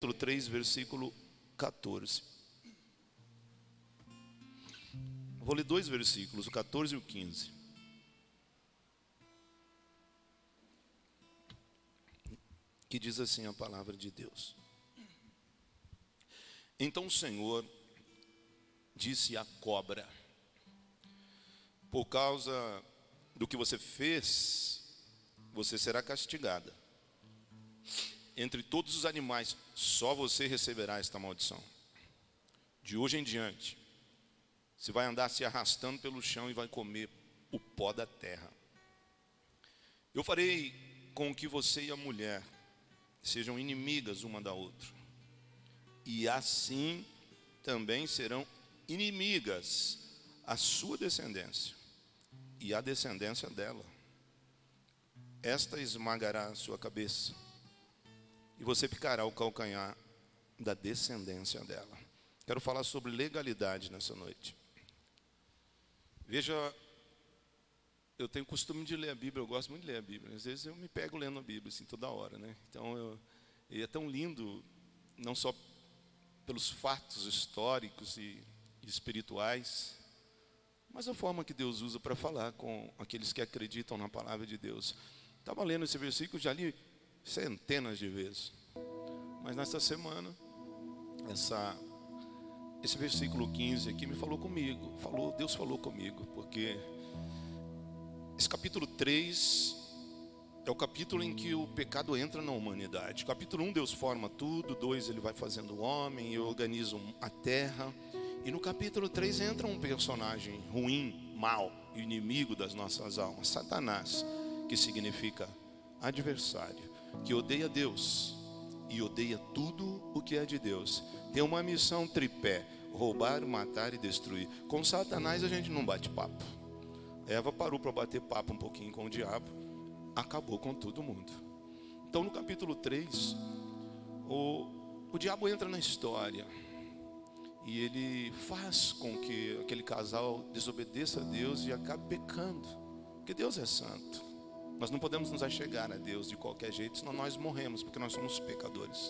capítulo 3, versículo 14. Vou ler dois versículos, o 14 e o 15. Que diz assim a palavra de Deus. Então o Senhor disse à cobra: por causa do que você fez, você será castigada. Entre todos os animais, só você receberá esta maldição. De hoje em diante, você vai andar se arrastando pelo chão e vai comer o pó da terra. Eu farei com que você e a mulher sejam inimigas uma da outra, e assim também serão inimigas a sua descendência e a descendência dela. Esta esmagará a sua cabeça, e você picará o calcanhar da descendência dela. Quero falar sobre legalidade nessa noite. Veja, eu tenho costume de ler a Bíblia, eu gosto muito de ler a Bíblia. Às vezes eu me pego lendo a Bíblia assim toda hora, né? Então, e é tão lindo, não só pelos fatos históricos e espirituais, mas a forma que Deus usa para falar com aqueles que acreditam na palavra de Deus. Estava lendo esse versículo, já li centenas de vezes, mas nesta semana, esse versículo 15 aqui me falou comigo, Deus falou comigo, porque esse capítulo 3 é o capítulo em que o pecado entra na humanidade. Capítulo 1, Deus forma tudo. 2, ele vai fazendo o homem e organiza a terra. E no capítulo 3 entra um personagem ruim, mau, inimigo das nossas almas, Satanás, que significa adversário, que odeia Deus e odeia tudo o que é de Deus. Tem uma missão tripé: roubar, matar e destruir. Com Satanás a gente não bate papo. Eva parou para bater papo um pouquinho com o diabo, acabou com todo mundo. Então no capítulo 3, o diabo entra na história e ele faz com que aquele casal desobedeça a Deus e acabe pecando, porque Deus é santo. Nós não podemos nos achegar a Deus de qualquer jeito, senão nós morremos, porque nós somos pecadores.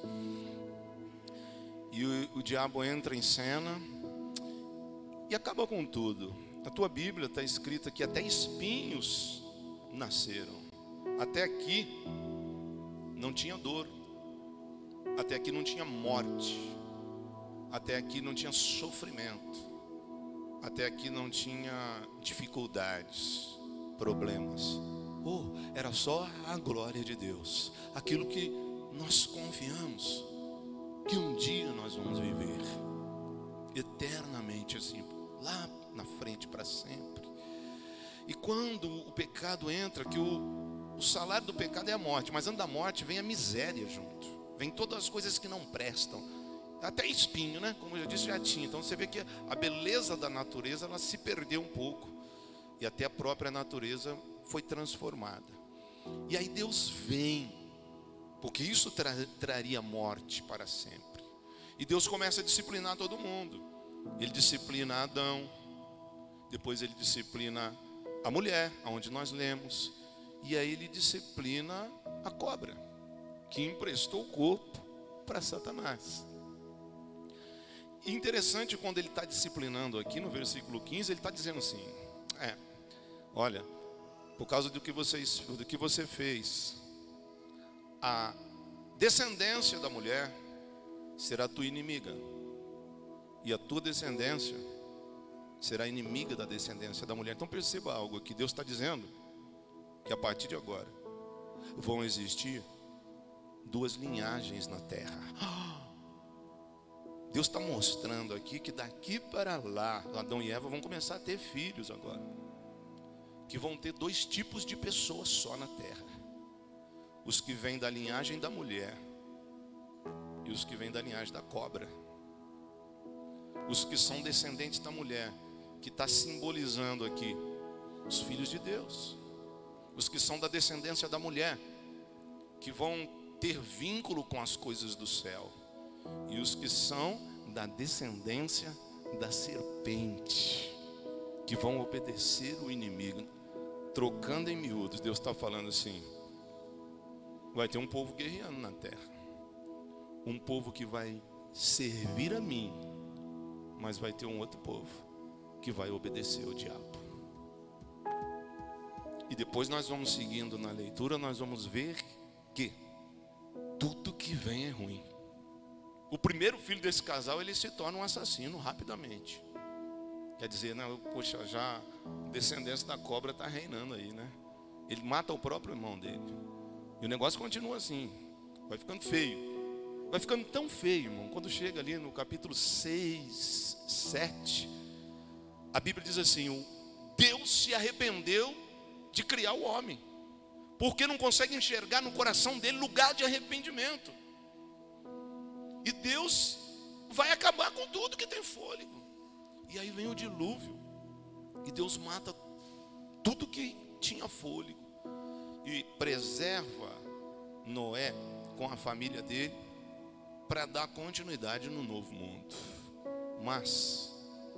E o diabo entra em cena e acaba com tudo. Na tua Bíblia está escrito que até espinhos nasceram. Até aqui não tinha dor, até aqui não tinha morte, até aqui não tinha sofrimento, até aqui não tinha dificuldades, problemas. Era só a glória de Deus, aquilo que nós confiamos que um dia nós vamos viver eternamente, assim, lá na frente para sempre. E quando o pecado entra, que o salário do pecado é a morte, mas antes da morte vem a miséria junto, vem todas as coisas que não prestam, até espinho, né? Como eu já disse, já tinha. Então você vê que a beleza da natureza, ela se perdeu um pouco, e até a própria natureza foi transformada. E aí Deus vem, porque isso traria morte para sempre. E Deus começa a disciplinar todo mundo. Ele disciplina Adão, depois ele disciplina a mulher, aonde nós lemos, e aí ele disciplina a cobra, que emprestou o corpo para Satanás. E interessante, quando ele está disciplinando aqui no versículo 15, ele está dizendo assim: olha, por causa do que você fez, a descendência da mulher será tua inimiga, e a tua descendência será inimiga da descendência da mulher. Então perceba algo aqui, Deus está dizendo que a partir de agora vão existir duas linhagens na terra. Deus está mostrando aqui que daqui para lá, Adão e Eva vão começar a ter filhos agora, que vão ter dois tipos de pessoas só na terra: os que vêm da linhagem da mulher e os que vêm da linhagem da cobra. Os que são descendentes da mulher, que está simbolizando aqui os filhos de Deus. Os que são da descendência da mulher, que vão ter vínculo com as coisas do céu. E os que são da descendência da serpente, que vão obedecer o inimigo. Trocando em miúdos, Deus está falando assim: vai ter um povo guerreando na terra, um povo que vai servir a mim, mas vai ter um outro povo que vai obedecer ao diabo. E depois nós vamos seguindo na leitura, nós vamos ver que tudo que vem é ruim. O primeiro filho desse casal, ele se torna um assassino rapidamente. Quer dizer, né, poxa, já a descendência da cobra está reinando aí, né? Ele mata o próprio irmão dele. E o negócio continua assim, vai ficando feio. Vai ficando tão feio, irmão, quando chega ali no capítulo 6, 7, a Bíblia diz assim: o Deus se arrependeu de criar o homem, porque não consegue enxergar no coração dele lugar de arrependimento. E Deus vai acabar com tudo que tem fôlego. E aí vem o dilúvio, e Deus mata tudo que tinha fôlego, e preserva Noé com a família dele, para dar continuidade no novo mundo. Mas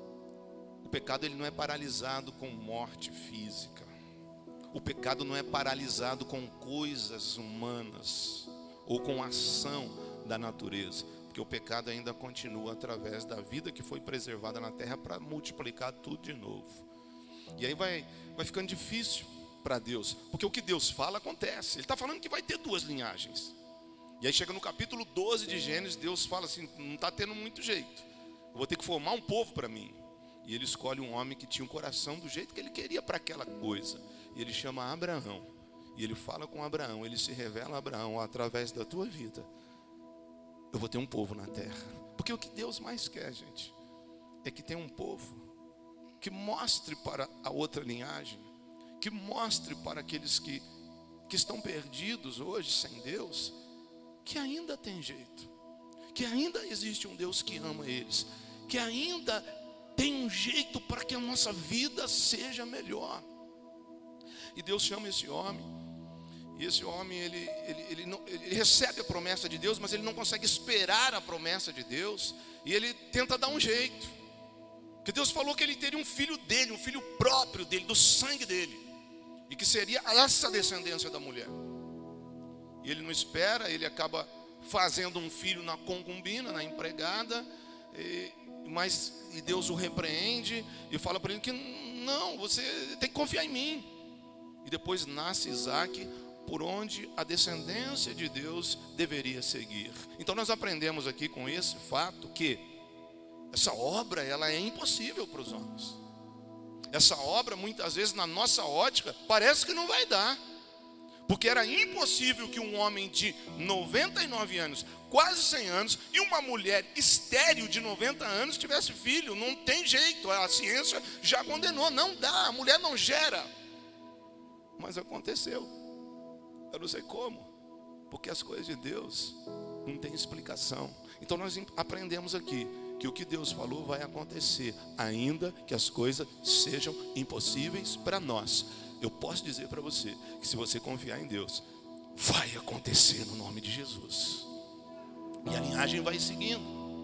o pecado, ele não é paralisado com morte física. O pecado não é paralisado com coisas humanas ou com ação da natureza, porque o pecado ainda continua através da vida que foi preservada na terra para multiplicar tudo de novo. E aí vai ficando difícil para Deus, porque o que Deus fala acontece. Ele está falando que vai ter duas linhagens. E aí chega no capítulo 12 de Gênesis, Deus fala assim: não está tendo muito jeito, eu vou ter que formar um povo para mim. E ele escolhe um homem que tinha um coração do jeito que ele queria para aquela coisa. E ele chama Abraão. E ele fala com Abraão, ele se revela a Abraão: através da tua vida, eu vou ter um povo na terra. Porque o que Deus mais quer, gente, é que tenha um povo que mostre para a outra linhagem, que mostre para aqueles que estão perdidos hoje sem Deus, que ainda tem jeito, que ainda existe um Deus que ama eles, que ainda tem um jeito para que a nossa vida seja melhor. E Deus chama esse homem, e esse homem ele recebe a promessa de Deus, mas ele não consegue esperar a promessa de Deus, e ele tenta dar um jeito, porque Deus falou que ele teria um filho dele, um filho próprio dele, do sangue dele, e que seria essa descendência da mulher. E ele não espera, ele acaba fazendo um filho na concubina, na empregada, e Deus o repreende e fala para ele que não, você tem que confiar em mim. E depois nasce Isaac, por onde a descendência de Deus deveria seguir. Então nós aprendemos aqui com esse fato que essa obra, ela é impossível para os homens. Essa obra, muitas vezes, na nossa ótica, parece que não vai dar. Porque era impossível que um homem de 99 anos, quase 100 anos, e uma mulher estéril de 90 anos tivesse filho. Não tem jeito, a ciência já condenou, não dá, a mulher não gera. Mas aconteceu, eu não sei como, porque as coisas de Deus não tem explicação. Então nós aprendemos aqui que o que Deus falou vai acontecer, ainda que as coisas sejam impossíveis para nós. Eu posso dizer para você que se você confiar em Deus, vai acontecer no nome de Jesus. E a linhagem vai seguindo.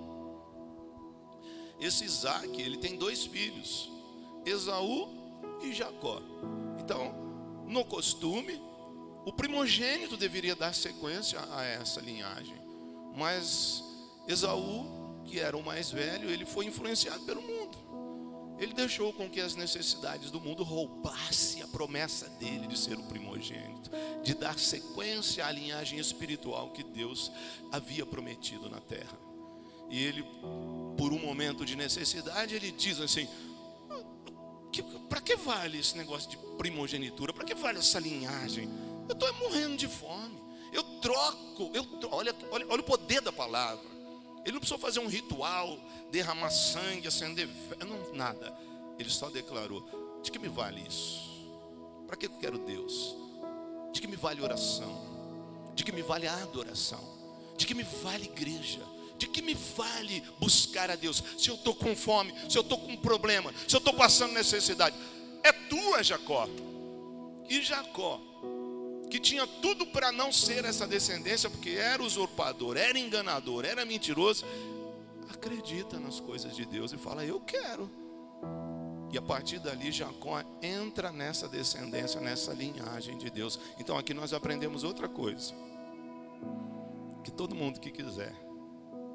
Esse Isaac, ele tem 2 filhos, Esaú e Jacó. Então, no costume, o primogênito deveria dar sequência a essa linhagem. Mas Esaú, que era o mais velho, ele foi influenciado pelo mundo. Ele deixou com que as necessidades do mundo roubassem a promessa dele de ser o primogênito, de dar sequência à linhagem espiritual que Deus havia prometido na terra. E ele, por um momento de necessidade, ele diz assim: para que vale esse negócio de primogenitura? Para que vale essa linhagem? Eu estou morrendo de fome. Eu troco. Olha o poder da palavra. Ele não precisou fazer um ritual, derramar sangue, acender não, nada. Ele só declarou: de que me vale isso? Para que eu quero Deus? De que me vale oração? De que me vale a adoração? De que me vale igreja? De que me vale buscar a Deus? Se eu estou com fome, se eu estou com um problema, se eu estou passando necessidade, é tua, Jacó. E Jacó, que tinha tudo para não ser essa descendência, porque era usurpador, era enganador, era mentiroso, acredita nas coisas de Deus e fala: eu quero. E a partir dali Jacó entra nessa descendência, nessa linhagem de Deus. Então aqui nós aprendemos outra coisa, que todo mundo que quiser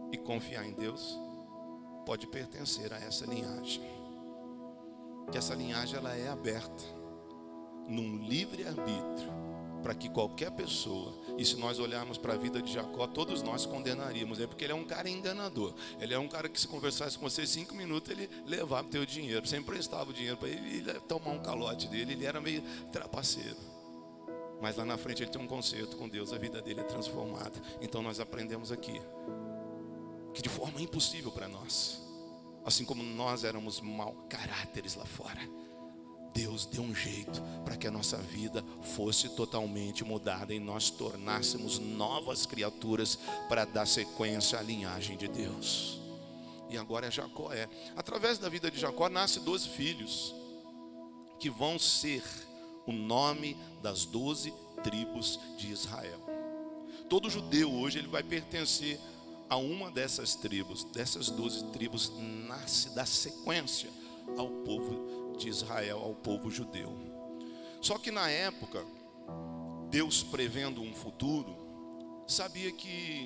e confiar em Deus pode pertencer a essa linhagem. Que essa linhagem ela é aberta num livre-arbítrio para que qualquer pessoa, e se nós olharmos para a vida de Jacó, todos nós condenaríamos, porque ele é um cara enganador. Ele é um cara que, se conversasse com você 5 minutos, ele levava o teu dinheiro. Você emprestava o dinheiro para ele, ele ia tomar um calote dele. Ele era meio trapaceiro, mas lá na frente ele tem um concerto com Deus, a vida dele é transformada. Então nós aprendemos aqui que de forma impossível para nós, assim como nós éramos mau caráteres lá fora, Deus deu um jeito para que a nossa vida fosse totalmente mudada e nós tornássemos novas criaturas para dar sequência à linhagem de Deus. E agora Jacó através da vida de Jacó nasce 12 filhos que vão ser o nome das 12 tribos de Israel. Todo judeu hoje ele vai pertencer a uma dessas tribos. Dessas 12 tribos nasce da sequência ao povo de Israel, ao povo judeu. Só que na época, Deus, prevendo um futuro, sabia que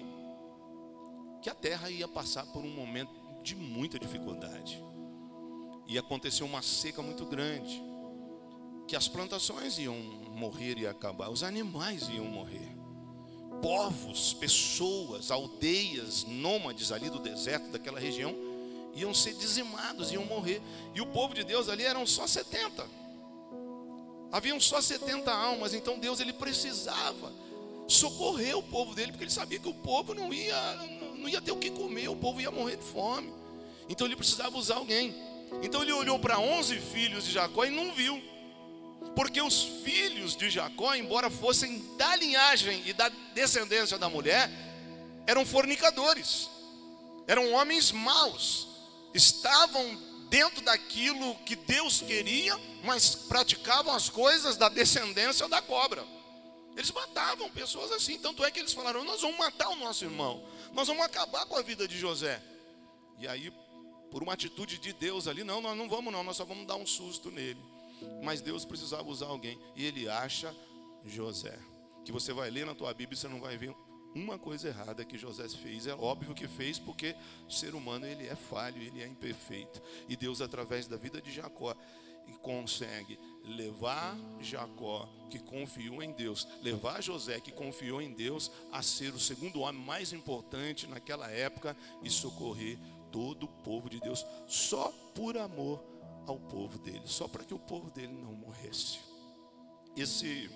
a terra ia passar por um momento de muita dificuldade. Ia acontecer uma seca muito grande, que as plantações iam morrer e acabar, os animais iam morrer. Povos, pessoas, aldeias, nômades ali do deserto, daquela região, iam ser dizimados, iam morrer. E o povo de Deus ali eram só 70. Haviam só 70 almas. Então Deus ele precisava socorrer o povo dele, porque ele sabia que o povo não ia ter o que comer, o povo ia morrer de fome. Então ele precisava usar alguém. Então ele olhou para 11 filhos de Jacó e não viu, porque os filhos de Jacó, embora fossem da linhagem e da descendência da mulher, eram fornicadores, eram homens maus, estavam dentro daquilo que Deus queria, mas praticavam as coisas da descendência da cobra. Eles matavam pessoas assim, tanto é que eles falaram: nós vamos matar o nosso irmão, nós vamos acabar com a vida de José. E aí, por uma atitude de Deus ali, não, nós não vamos não, nós só vamos dar um susto nele. Mas Deus precisava usar alguém, e ele acha José, que você vai ler na tua Bíblia e você não vai ver uma coisa errada que José fez. É óbvio que fez, porque o ser humano ele é falho, ele é imperfeito. E Deus, através da vida de Jacó, consegue levar Jacó, que confiou em Deus, levar José, que confiou em Deus, a ser o segundo homem mais importante naquela época e socorrer todo o povo de Deus, só por amor ao povo dele, só para que o povo dele não morresse. Esse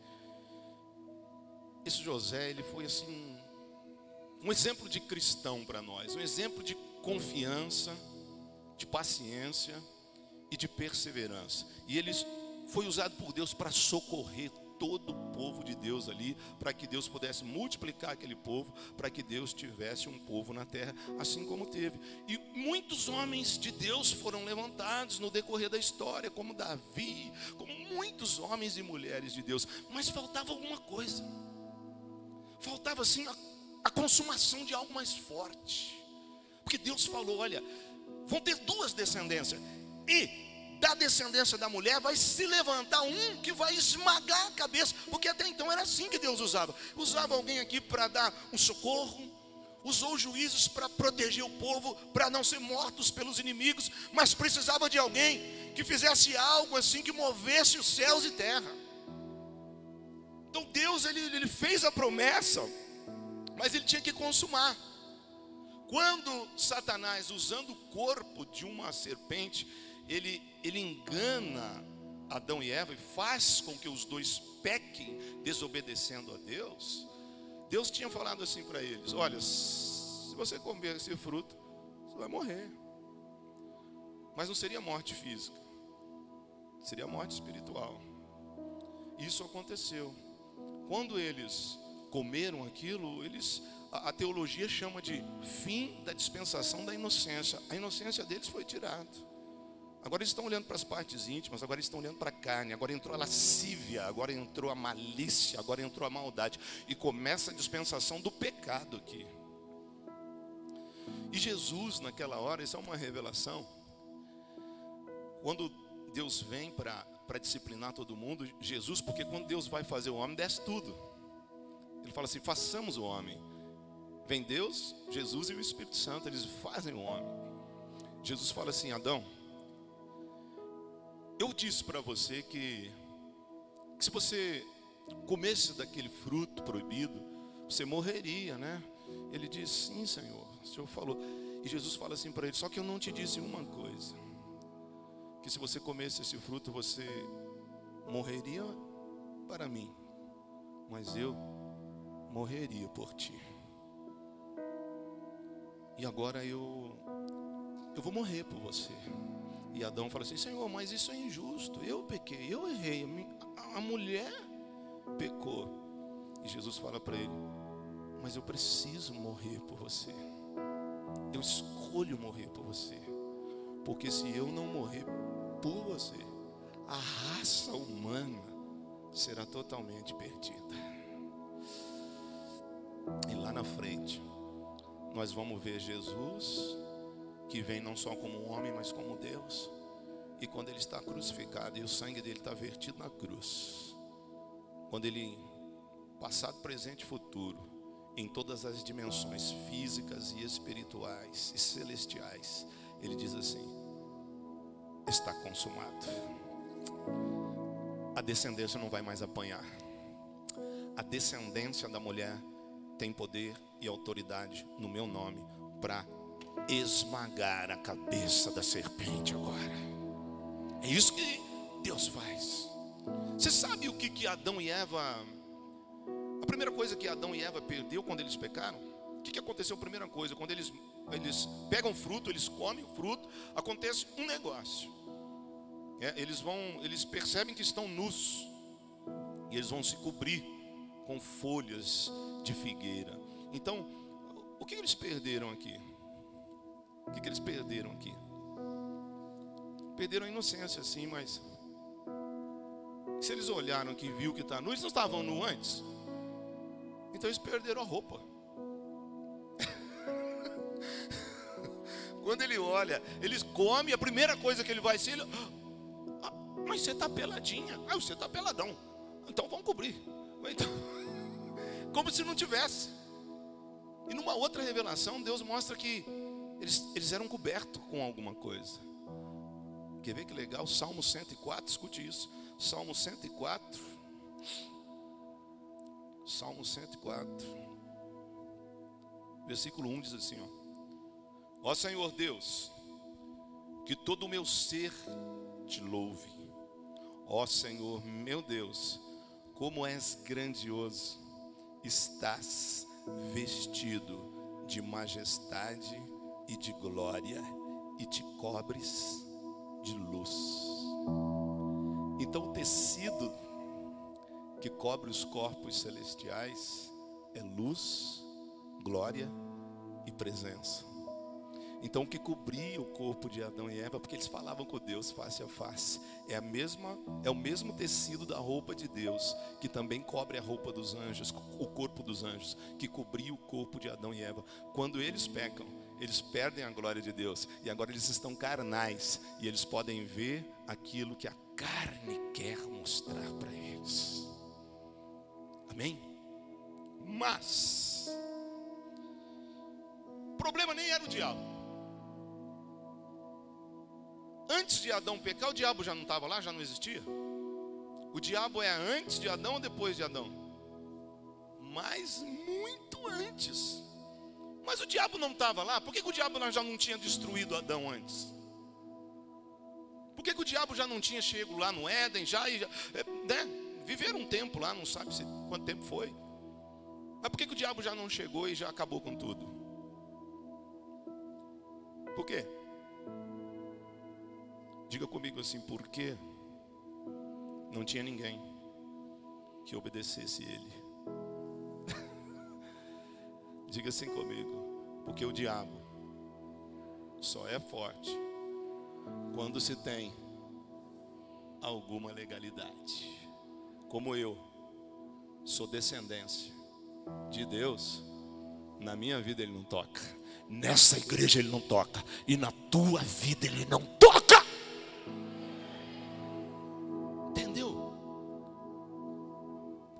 José, ele foi assim um exemplo de cristão para nós, um exemplo de confiança, de paciência e de perseverança. E ele foi usado por Deus para socorrer todo o povo de Deus ali, para que Deus pudesse multiplicar aquele povo, para que Deus tivesse um povo na terra, assim como teve. E muitos homens de Deus foram levantados no decorrer da história, como Davi, como muitos homens e mulheres de Deus. Mas faltava alguma coisa. Faltava assim a consumação de algo mais forte. Porque Deus falou: olha, vão ter 2 descendências, e da descendência da mulher vai se levantar um que vai esmagar a cabeça. Porque até então era assim que Deus usava. Usava alguém aqui para dar um socorro, usou juízes para proteger o povo, para não ser mortos pelos inimigos, mas precisava de alguém que fizesse algo assim, que movesse os céus e terra. Então Deus ele fez a promessa, mas ele tinha que consumar. Quando Satanás, usando o corpo de uma serpente, ele engana Adão e Eva e faz com que os dois pequem, desobedecendo a Deus. Deus tinha falado assim para eles: olha, se você comer esse fruto, você vai morrer. Mas não seria morte física, seria morte espiritual. Isso aconteceu. Quando eles comeram aquilo, a teologia chama de fim da dispensação da inocência. A inocência deles foi tirada. Agora eles estão olhando para as partes íntimas, agora eles estão olhando para a carne, agora entrou a lascívia, agora entrou a malícia, agora entrou a maldade. E começa a dispensação do pecado aqui. E Jesus, naquela hora, isso é uma revelação. Quando Deus vem para disciplinar todo mundo, Jesus, porque quando Deus vai fazer o homem, desce tudo. Ele fala assim: façamos o homem. Vem Deus, Jesus e o Espírito Santo, eles fazem o homem. Jesus fala assim: Adão, eu disse para você que se você comesse daquele fruto proibido, você morreria, né? Ele diz: sim, Senhor, o Senhor falou. E Jesus fala assim para ele: só que eu não te disse uma coisa, que se você comesse esse fruto, você morreria para mim, mas eu morreria por ti. E agora eu vou morrer por você. E Adão fala assim: Senhor, mas isso é injusto, eu pequei, eu errei, a mulher pecou. E Jesus fala para ele: mas eu preciso morrer por você, eu escolho morrer por você, porque se eu não morrer por você, a raça humana será totalmente perdida. E lá na frente nós vamos ver Jesus, que vem não só como um homem, mas como Deus. E quando ele está crucificado e o sangue dele está vertido na cruz, quando ele, passado, presente e futuro, em todas as dimensões físicas e espirituais e celestiais, ele diz assim: está consumado. A descendência não vai mais apanhar. A descendência da mulher tem poder e autoridade no meu nome para esmagar a cabeça da serpente agora. É isso que Deus faz. Você sabe o que Adão e Eva, a primeira coisa que Adão e Eva perdeu quando eles pecaram? O que aconteceu? A primeira coisa, quando eles pegam fruto, eles comem o fruto, acontece um negócio. Eles percebem que estão nus, e eles vão se cobrir com folhas de figueira. Então, o que eles perderam aqui? O que eles perderam aqui? Perderam a inocência, sim, mas se eles olharam que viu que está nu, eles não estavam nu antes? Então eles perderam a roupa. Quando ele olha, eles comem, a primeira coisa que ele vai ser, mas você está peladinha. Você está peladão. Então vamos cobrir. Então, como se não tivesse. E numa outra revelação, Deus mostra que eles eram cobertos com alguma coisa. Quer ver que legal? Salmo 104, escute isso. Salmo 104. Salmo 104. Versículo 1 diz assim: ó Senhor Deus, que todo o meu ser te louve. Ó Senhor meu Deus, como és grandioso, estás vestido de majestade e de glória, e te cobres de luz. Então o tecido que cobre os corpos celestiais é luz, glória e presença. Então o que cobria o corpo de Adão e Eva, porque eles falavam com Deus face a face, é o mesmo tecido da roupa de Deus, que também cobre a roupa dos anjos, o corpo dos anjos, que cobria o corpo de Adão e Eva. Quando eles pecam, eles perdem a glória de Deus, e agora eles estão carnais, e eles podem ver aquilo que a carne quer mostrar para eles. Amém? Mas o problema nem era o diabo. Antes de Adão pecar, o diabo já não estava lá, já não existia. O diabo é antes de Adão ou depois de Adão? Mas muito antes. Mas o diabo não estava lá. Por que o diabo já não tinha destruído Adão antes? Por que o diabo já não tinha chegado lá no Éden? Viveram um tempo lá, não sabe quanto tempo foi. Mas por que o diabo já não chegou e já acabou com tudo? Por quê? Diga comigo assim: por quê? Não tinha ninguém que obedecesse ele. Diga assim comigo: porque o diabo só é forte quando se tem alguma legalidade. Como eu sou descendência de Deus, na minha vida ele não toca, nessa igreja ele não toca, e na tua vida ele não toca. Entendeu? Porque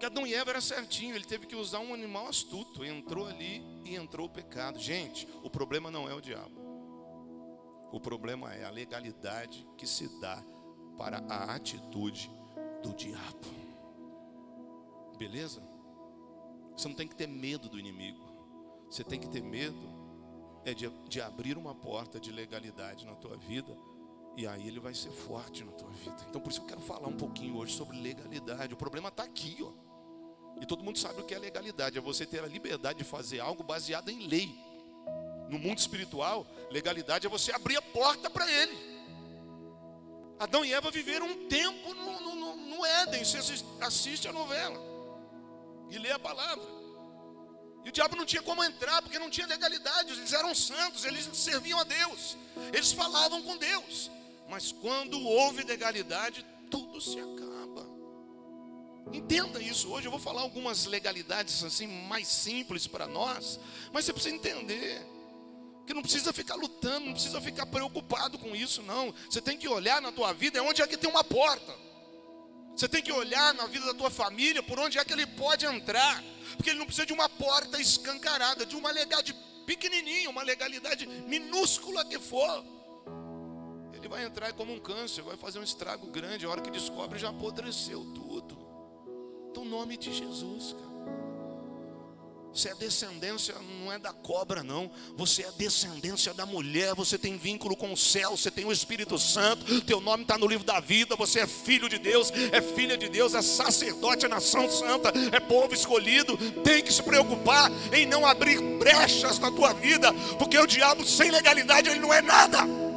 Adão e Eva era certinho, ele teve que usar um animal astuto, entrou ali e entrou o pecado. Gente, o problema não é o diabo. O problema é a legalidade que se dá para a atitude do diabo. Beleza? Você não tem que ter medo do inimigo. Você tem que ter medo de abrir uma porta de legalidade na tua vida, e aí ele vai ser forte na tua vida. Então por isso eu quero falar um pouquinho hoje sobre legalidade. O problema está aqui, ó. E todo mundo sabe o que é legalidade. É você ter a liberdade de fazer algo baseado em lei. No mundo espiritual, legalidade é você abrir a porta para ele. Adão e Eva viveram um tempo no Éden. Você assiste a novela e lê a palavra. E o diabo não tinha como entrar, porque não tinha legalidade. Eles eram santos, eles serviam a Deus, eles falavam com Deus. Mas quando houve legalidade, tudo se acaba. Entenda isso. Hoje eu vou falar algumas legalidades assim mais simples para nós, mas você precisa entender que não precisa ficar lutando, não precisa ficar preocupado com isso, não. Você tem que olhar na tua vida, é onde é que tem uma porta. Você tem que olhar na vida da tua família, por onde é que ele pode entrar. Porque ele não precisa de uma porta escancarada, de uma legalidade pequenininha, uma legalidade minúscula que for. Ele vai entrar como um câncer, vai fazer um estrago grande. A hora que descobre, já apodreceu tudo. Então, em nome de Jesus, cara. Você é descendência, não é da cobra não. Você é descendência da mulher. Você tem vínculo com o céu. Você tem o Espírito Santo. Teu nome está no livro da vida. Você é filho de Deus, é filha de Deus, é sacerdote, é nação santa, é povo escolhido. Tem que se preocupar em não abrir brechas na tua vida, porque o diabo sem legalidade, ele não é nada.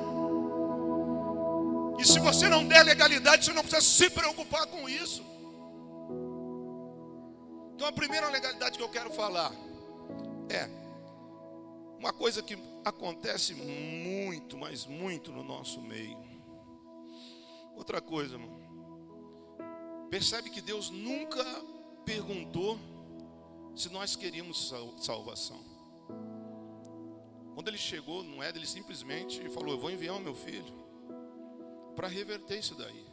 E se você não der legalidade, você não precisa se preocupar com isso. Então a primeira legalidade que eu quero falar é uma coisa que acontece muito, mas muito no nosso meio. Outra coisa, irmão. Percebe que Deus nunca perguntou se nós queríamos salvação. Quando ele chegou no Éden, ele simplesmente falou: eu vou enviar o meu filho para reverter isso daí.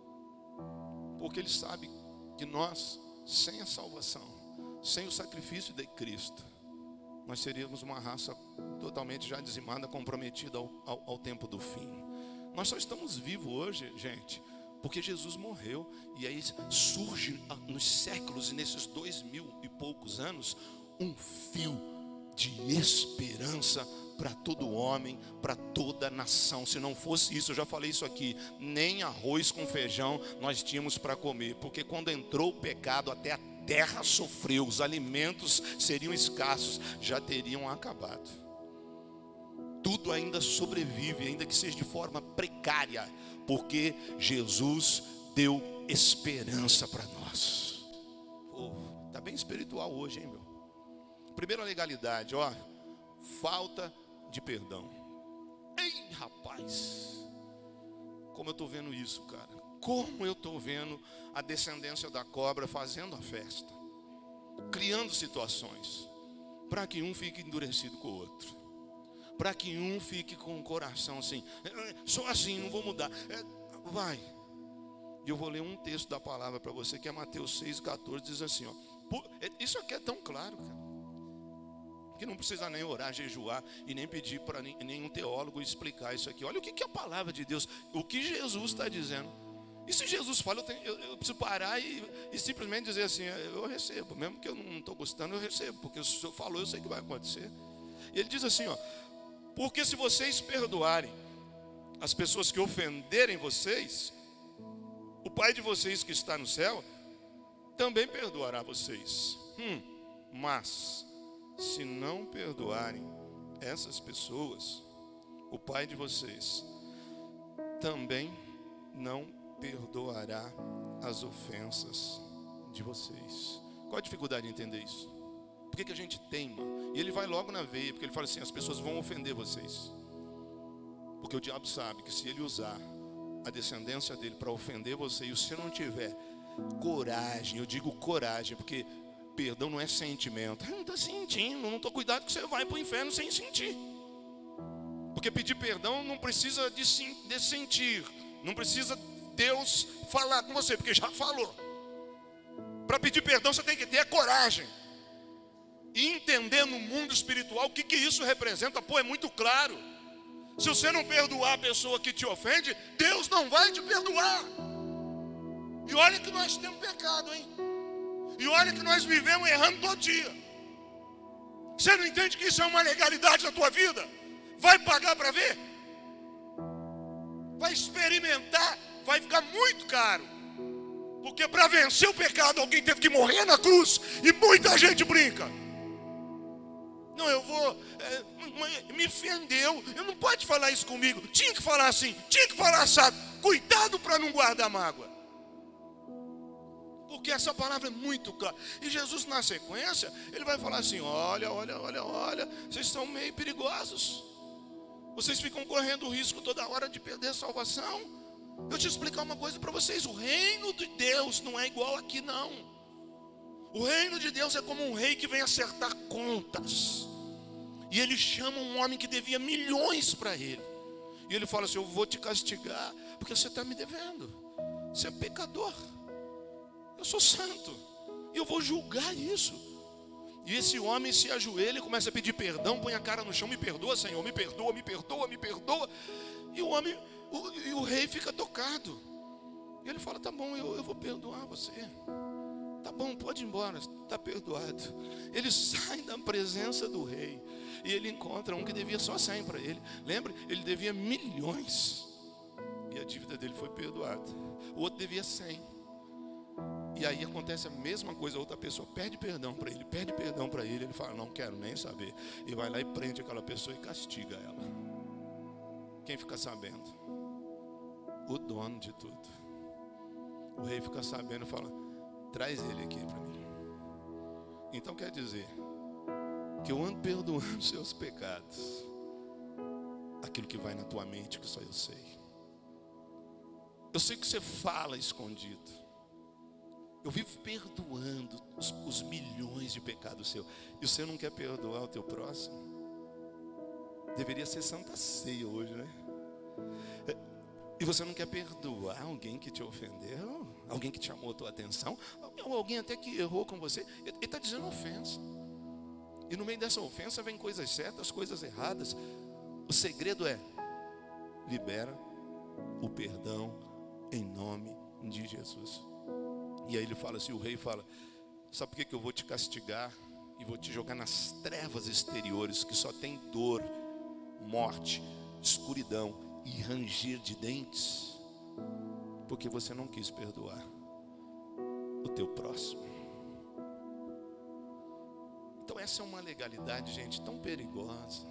Porque ele sabe que nós, sem a salvação, sem o sacrifício de Cristo, nós seríamos uma raça totalmente já dizimada, comprometida ao tempo do fim. Nós só estamos vivos hoje, gente, porque Jesus morreu. E aí surge nos séculos e nesses 2000 e poucos anos um fio de esperança para todo homem, para toda nação. Se não fosse isso, eu já falei isso aqui, nem arroz com feijão nós tínhamos para comer, porque quando entrou o pecado, até a terra sofreu, os alimentos seriam escassos, já teriam acabado. Tudo ainda sobrevive, ainda que seja de forma precária, porque Jesus deu esperança para nós. Está bem espiritual hoje, hein, meu? Primeira legalidade, ó, falta de perdão. Ei, rapaz, como eu estou vendo isso, cara. Como eu estou vendo a descendência da cobra fazendo a festa, criando situações, para que um fique endurecido com o outro, para que um fique com o coração assim, sou assim, não vou mudar. Vai. E eu vou ler um texto da palavra para você, que é Mateus 6,14, diz assim, ó. Isso aqui é tão claro, cara, que não precisa nem orar, jejuar e nem pedir para nenhum teólogo explicar isso aqui. Olha o que é a palavra de Deus, o que Jesus está dizendo. E se Jesus fala, eu preciso parar e simplesmente dizer assim, eu recebo, mesmo que eu não estou gostando, eu recebo, porque o Senhor falou, eu sei que vai acontecer. E ele diz assim, ó, porque se vocês perdoarem as pessoas que ofenderem vocês, o Pai de vocês que está no céu também perdoará vocês. Mas se não perdoarem essas pessoas, o Pai de vocês também não perdoará as ofensas de vocês. Qual a dificuldade de entender isso? Por que a gente teima? E ele vai logo na veia, porque ele fala assim, as pessoas vão ofender vocês. Porque o diabo sabe que se ele usar a descendência dele para ofender você, e se não tiver coragem, eu digo coragem, porque perdão não é sentimento. Não estou sentindo, não estou, cuidado que você vai para o inferno sem sentir. Porque pedir perdão não precisa de sentir, não precisa Deus falar com você, porque já falou. Para pedir perdão você tem que ter coragem. E entender no mundo espiritual o que isso representa. Pô, é muito claro. Se você não perdoar a pessoa que te ofende, Deus não vai te perdoar. E olha que nós temos pecado, hein? E olha que nós vivemos errando todo dia. Você não entende que isso é uma legalidade na tua vida? Vai pagar para ver? Vai experimentar? Vai ficar muito caro. Porque para vencer o pecado alguém teve que morrer na cruz. E muita gente brinca. Não, eu vou, me ofendeu, eu não pode falar isso comigo. Tinha que falar assim, tinha que falar assado. Cuidado para não guardar mágoa. Porque essa palavra é muito clara. E Jesus na sequência, ele vai falar assim, olha, vocês são meio perigosos. Vocês ficam correndo o risco toda hora de perder a salvação. Eu te explicar uma coisa para vocês, o reino de Deus não é igual aqui não. O reino de Deus é como um rei que vem acertar contas. E ele chama um homem que devia milhões para ele. E ele fala assim, eu vou te castigar, porque você está me devendo. Você é pecador. Eu sou santo. E eu vou julgar isso. E esse homem se ajoelha e começa a pedir perdão, põe a cara no chão, me perdoa, Senhor, me perdoa, me perdoa, me perdoa. E o homem, o rei fica tocado. E ele fala, tá bom, eu vou perdoar você. Tá bom, pode ir embora, está perdoado. Ele sai da presença do rei. E ele encontra um que devia só 100 para ele. Lembra? Ele devia milhões. E a dívida dele foi perdoada. O outro devia 100. E aí acontece a mesma coisa. A outra pessoa pede perdão para ele. Pede perdão para ele. Ele fala, não quero nem saber. E vai lá e prende aquela pessoa e castiga ela. Quem fica sabendo? O dono de tudo. O rei fica sabendo e fala, traz ele aqui para mim. Então quer dizer que eu ando perdoando seus pecados. Aquilo que vai na tua mente que só eu sei. Eu sei que você fala escondido. Eu vivo perdoando os milhões de pecados seus. E você não quer perdoar o teu próximo? Deveria ser Santa Ceia hoje, né? E você não quer perdoar alguém que te ofendeu? Alguém que te chamou a tua atenção? Ou alguém até que errou com você? Ele está dizendo ofensa. E no meio dessa ofensa vem coisas certas, coisas erradas. O segredo é, libera o perdão em nome de Jesus. E aí ele fala assim, o rei fala, sabe por que eu vou te castigar? E vou te jogar nas trevas exteriores, que só tem dor, morte, escuridão e ranger de dentes, porque você não quis perdoar o teu próximo. Então essa é uma legalidade, gente, tão perigosa.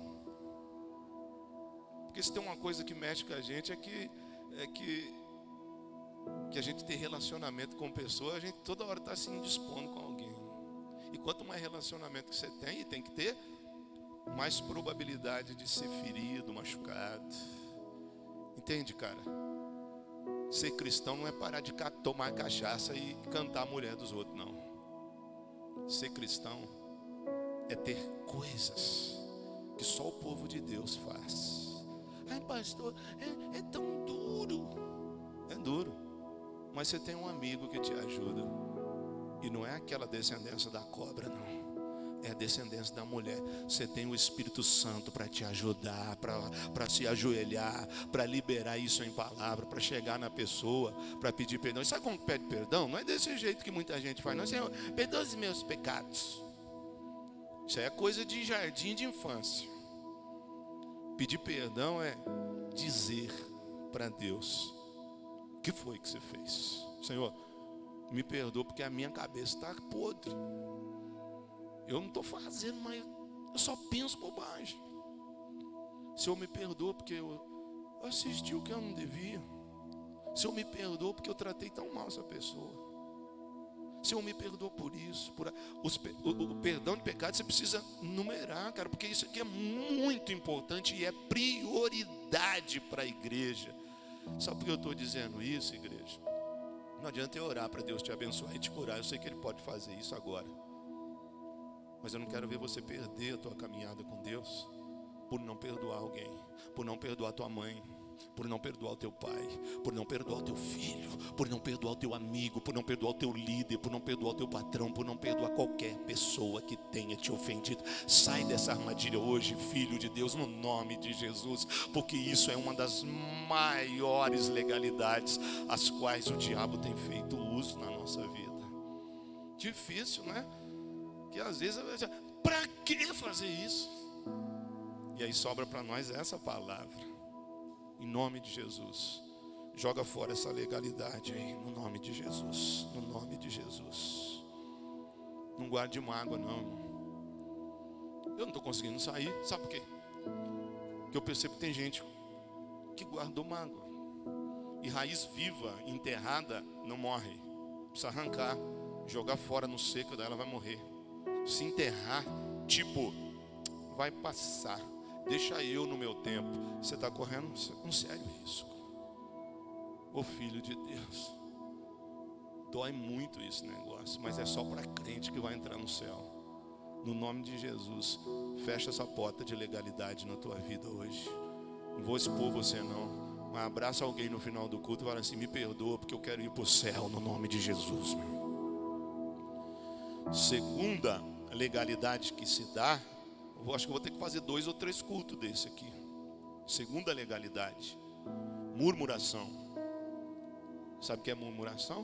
Porque se tem uma coisa que mexe com a gente é que a gente tem relacionamento com pessoas, a gente toda hora está se indispondo com alguém. E quanto mais relacionamento que você tem, e tem que ter, mais probabilidade de ser ferido, machucado. Entende, cara? Ser cristão não é parar de tomar cachaça e cantar a mulher dos outros, não. Ser cristão é ter coisas que só o povo de Deus faz. Ai, pastor, é tão duro. É duro. Mas você tem um amigo que te ajuda. E não é aquela descendência da cobra, não. É a descendência da mulher. Você tem o Espírito Santo para te ajudar, para se ajoelhar, para liberar isso em palavra, para chegar na pessoa, para pedir perdão. E sabe como pede perdão? Não é desse jeito que muita gente faz, não. Senhor, perdoa os meus pecados. Isso aí é coisa de jardim de infância. Pedir perdão é dizer para Deus: o que foi que você fez? Senhor, me perdoa porque a minha cabeça está podre. Eu não estou fazendo, mas eu só penso bobagem. Senhor, me perdoa porque eu assisti o que eu não devia. Senhor, me perdoa porque eu tratei tão mal essa pessoa. Senhor, me perdoa por isso. O perdão de pecado você precisa numerar, cara, porque isso aqui é muito importante e é prioridade para a igreja. Sabe por que eu estou dizendo isso, igreja? Não adianta eu orar para Deus te abençoar e te curar. Eu sei que Ele pode fazer isso agora. Mas eu não quero ver você perder a tua caminhada com Deus por não perdoar alguém, por não perdoar tua mãe, por não perdoar o teu pai, por não perdoar o teu filho, por não perdoar o teu amigo, por não perdoar o teu líder, por não perdoar o teu patrão, por não perdoar qualquer pessoa que tenha te ofendido. Sai dessa armadilha hoje, filho de Deus, no nome de Jesus, porque isso é uma das maiores legalidades as quais o diabo tem feito uso na nossa vida. Difícil, né? Que às vezes eu digo, para que fazer isso? E aí sobra para nós essa palavra. Em nome de Jesus, joga fora essa legalidade aí, no nome de Jesus, no nome de Jesus. Não guarde mágoa não, irmão. Eu não estou conseguindo sair, sabe por quê? Porque eu percebo que tem gente que guardou mágoa. E raiz viva, enterrada, não morre. Precisa arrancar, jogar fora no seco, daí ela vai morrer. Se enterrar, tipo, vai passar. Deixa eu no meu tempo. Você está correndo um sério risco. Ô filho de Deus, dói muito esse negócio, mas é só para crente que vai entrar no céu. No nome de Jesus, fecha essa porta de legalidade na tua vida hoje. Não vou expor você não, mas abraça alguém no final do culto e fala assim: me perdoa porque eu quero ir para o céu, no nome de Jesus. Segunda legalidade que se dá, eu acho que eu vou ter que fazer 2 ou 3 cultos desse aqui. Segunda legalidade, murmuração. Sabe o que é murmuração?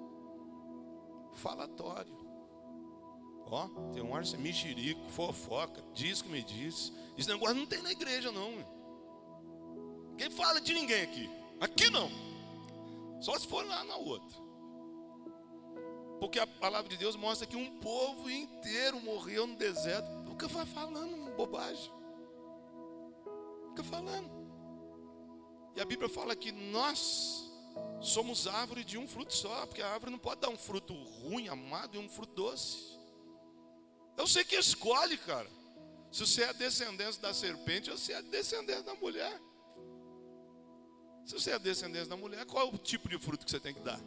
Falatório. Ó, tem um ar assim, mexerico, fofoca, diz que me diz. Esse negócio não tem na igreja não. Quem fala de ninguém aqui? Aqui não. Só se for lá na outra. Porque a palavra de Deus mostra que um povo inteiro morreu no deserto. Fica falando bobagem. Fica falando. E a Bíblia fala que nós somos árvore de um fruto só. Porque a árvore não pode dar um fruto ruim, amargo, e um fruto doce. Eu sei que escolhe, cara. Se você é descendente da serpente ou se é descendente da mulher. Se você é descendente da mulher, qual é o tipo de fruto que você tem que dar?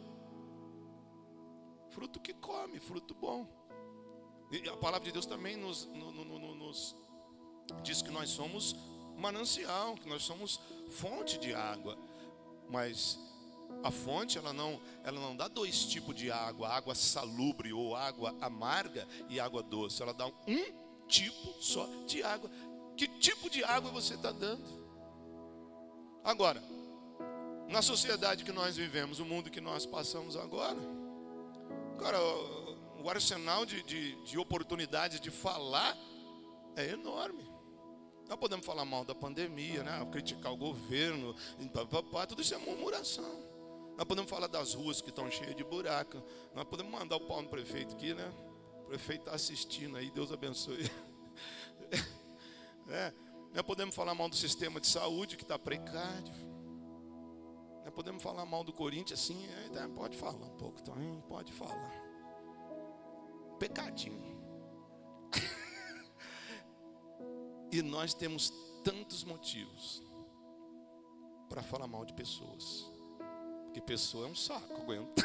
Fruto que come, fruto bom. E a palavra de Deus também nos diz que nós somos manancial, que nós somos fonte de água. Mas a fonte, ela não dá 2 tipos de água: água salubre ou água amarga e água doce. Ela dá um tipo só de água. Que tipo de água você está dando? Agora, na sociedade que nós vivemos, o mundo que nós passamos agora, cara, o arsenal de oportunidades de falar é enorme. Nós podemos falar mal da pandemia, né? Criticar o governo, tudo isso é murmuração. Nós podemos falar das ruas que estão cheias de buraco. Nós podemos mandar o pau no prefeito aqui, né? O prefeito está assistindo aí, Deus abençoe. Nós podemos falar mal do sistema de saúde que está precário. Nós podemos falar mal do Corinthians, assim, pode falar um pouco também, pode falar. Pecadinho. E nós temos tantos motivos para falar mal de pessoas. Porque pessoa é um saco, aguenta.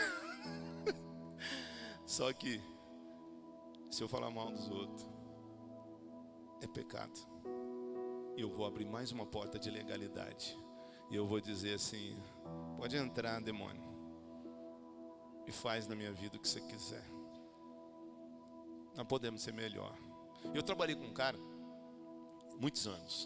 Só que, se eu falar mal dos outros, é pecado. E eu vou abrir mais uma porta de legalidade. E eu vou dizer assim: pode entrar, demônio, e faz na minha vida o que você quiser. Nós podemos ser melhor. Eu trabalhei com um cara muitos anos.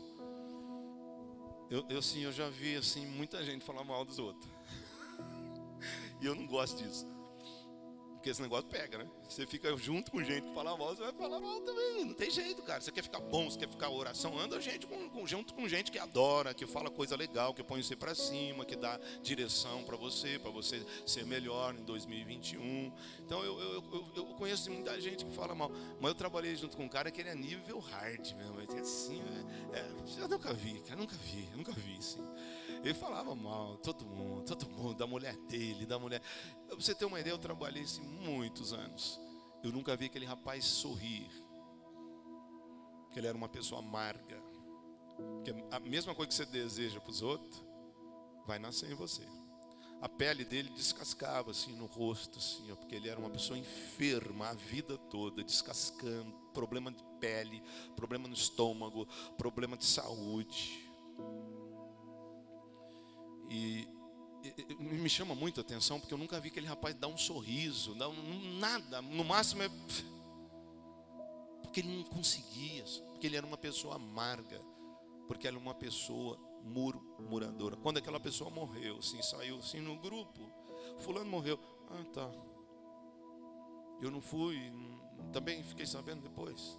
Eu já vi assim, muita gente falar mal dos outros. E eu não gosto disso. Porque esse negócio pega, né? Você fica junto com gente que fala mal, você vai falar mal também. Não tem jeito, cara. Você quer ficar bom, você quer ficar oração, anda junto com gente que adora, que fala coisa legal, que põe você para cima, que dá direção para você ser melhor em 2021. Então eu conheço muita gente que fala mal. Mas eu trabalhei junto com um cara que ele é nível hard mesmo. Assim, eu nunca vi, cara, nunca vi assim. Ele falava mal, todo mundo, da mulher dele, da mulher. Pra você ter uma ideia, eu trabalhei assim muitos anos. Eu nunca vi aquele rapaz sorrir. Porque ele era uma pessoa amarga. Porque a mesma coisa que você deseja para os outros, vai nascer em você. A pele dele descascava assim no rosto, assim, ó, porque ele era uma pessoa enferma a vida toda, descascando, problema de pele, problema no estômago, problema de saúde. Me chama muito a atenção, porque eu nunca vi aquele rapaz dar um sorriso, nada, no máximo é porque ele não conseguia, porque ele era uma pessoa amarga, porque ele era uma pessoa murmuradora. Quando aquela pessoa morreu, assim, saiu assim no grupo, fulano morreu, tá, eu não fui, também fiquei sabendo depois.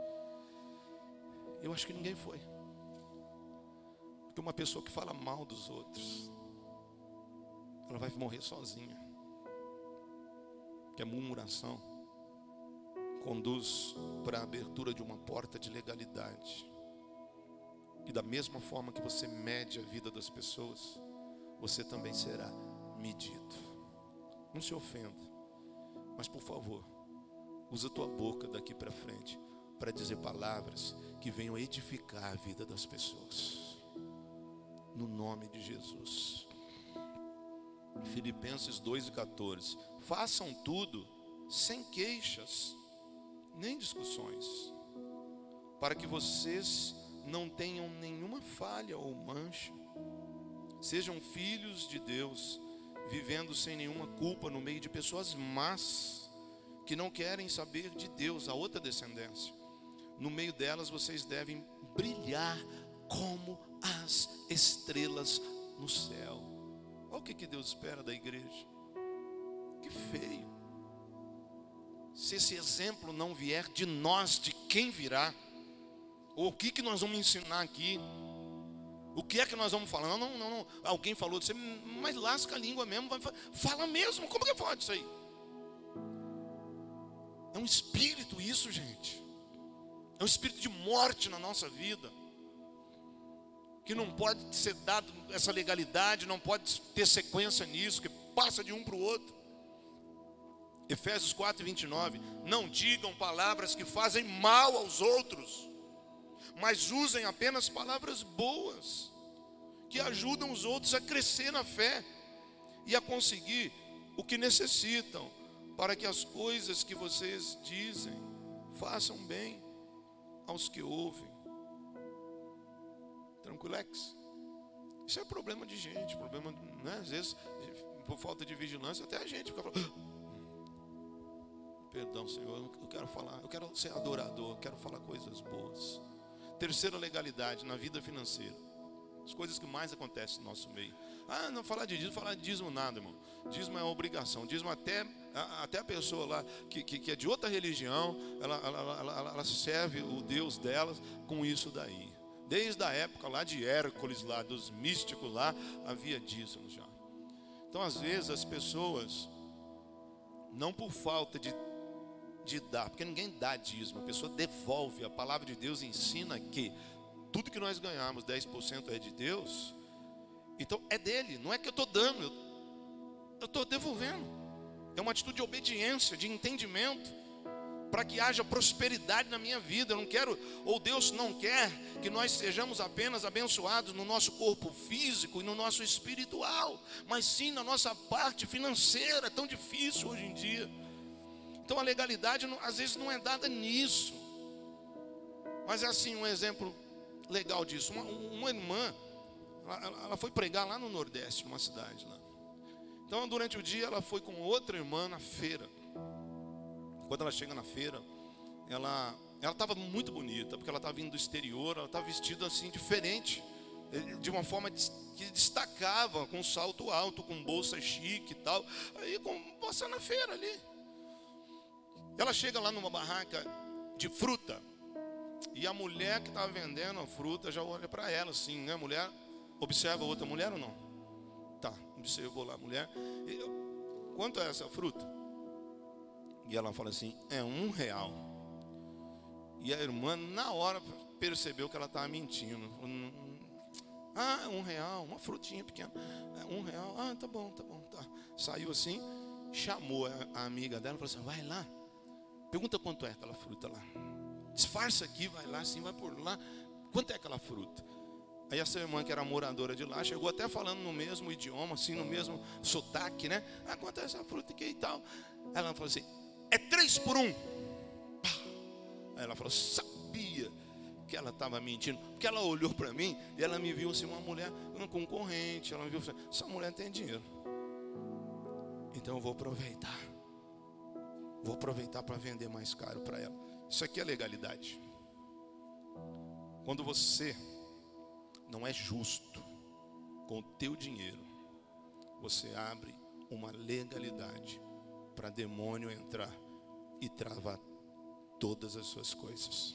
Eu acho que ninguém foi, porque uma pessoa que fala mal dos outros, ela vai morrer sozinha. Que a murmuração conduz para a abertura de uma porta de legalidade. E da mesma forma que você mede a vida das pessoas, você também será medido. Não se ofenda, mas por favor, usa a tua boca daqui para frente para dizer palavras que venham edificar a vida das pessoas. No nome de Jesus. Filipenses 2:14. Façam tudo sem queixas, nem discussões, para que vocês não tenham nenhuma falha ou mancha. Sejam filhos de Deus, vivendo sem nenhuma culpa no meio de pessoas más, que não querem saber de Deus, a outra descendência. No meio delas vocês devem brilhar como as estrelas no céu. Olha o que Deus espera da igreja. Que feio. Se esse exemplo não vier de nós, de quem virá? Ou o que nós vamos ensinar aqui? O que é que nós vamos falar? Não. Alguém falou de você, mas lasca a língua mesmo. Fala mesmo, como que pode isso aí? É um espírito isso, gente. É um espírito de morte na nossa vida, que não pode ser dado essa legalidade, não pode ter sequência nisso, que passa de um para o outro. Efésios 4:29. Não digam palavras que fazem mal aos outros, mas usem apenas palavras boas, que ajudam os outros a crescer na fé e a conseguir o que necessitam, para que as coisas que vocês dizem façam bem aos que ouvem. Tranquilex. Isso é problema de gente, problema, né? Às vezes, por falta de vigilância, até a gente fica falando, perdão, Senhor, eu quero falar, eu quero ser adorador, eu quero falar coisas boas. Terceira legalidade na vida financeira. As coisas que mais acontecem no nosso meio. Não falar de dízimo nada, irmão. Dízimo é obrigação. Dízimo até a pessoa lá que é de outra religião, ela serve o Deus dela com isso daí. Desde a época lá de Hércules, lá dos místicos lá, havia dízimo já. Então às vezes as pessoas, não por falta de dar, porque ninguém dá dízimo, a pessoa devolve. A palavra de Deus ensina que tudo que nós ganhamos, 10% é de Deus. Então é dele, não é que eu estou dando, eu estou devolvendo. É uma atitude de obediência, de entendimento, para que haja prosperidade na minha vida. Eu não quero, ou Deus não quer que nós sejamos apenas abençoados no nosso corpo físico e no nosso espiritual, mas sim na nossa parte financeira. É tão difícil hoje em dia. Então a legalidade às vezes não é dada nisso. Mas é assim um exemplo legal disso. Uma irmã, ela foi pregar lá no Nordeste, numa cidade lá. Então durante o dia ela foi com outra irmã na feira. Quando ela chega na feira, ela estava muito bonita, porque ela estava vindo do exterior, ela estava vestida assim diferente, de uma forma que destacava, com salto alto, com bolsa chique e tal. Aí passando na feira ali. Ela chega lá numa barraca de fruta, e a mulher que estava vendendo a fruta já olha para ela assim, né? A mulher observa a outra mulher ou não? Tá, observou lá a mulher. Quanto é essa fruta? E ela fala assim, é R$1. E a irmã na hora percebeu que ela estava mentindo. É R$1, uma frutinha pequena. É R$1, tá bom, tá. Saiu assim, chamou a amiga dela e falou assim, vai lá, pergunta quanto é aquela fruta lá. Disfarça aqui, vai lá assim, vai por lá. Quanto é aquela fruta? Aí essa irmã que era moradora de lá, chegou até falando no mesmo idioma, assim, no mesmo sotaque, né? Quanto é essa fruta aqui e tal? Ela falou assim, é 3 por 1. Aí ela falou, sabia que ela estava mentindo? Porque ela olhou para mim e ela me viu assim, uma mulher, uma concorrente. Ela me viu assim, essa mulher tem dinheiro. Então eu vou aproveitar. Vou aproveitar para vender mais caro para ela. Isso aqui é legalidade. Quando você não é justo com o teu dinheiro, você abre uma legalidade para demônio entrar e travar todas as suas coisas.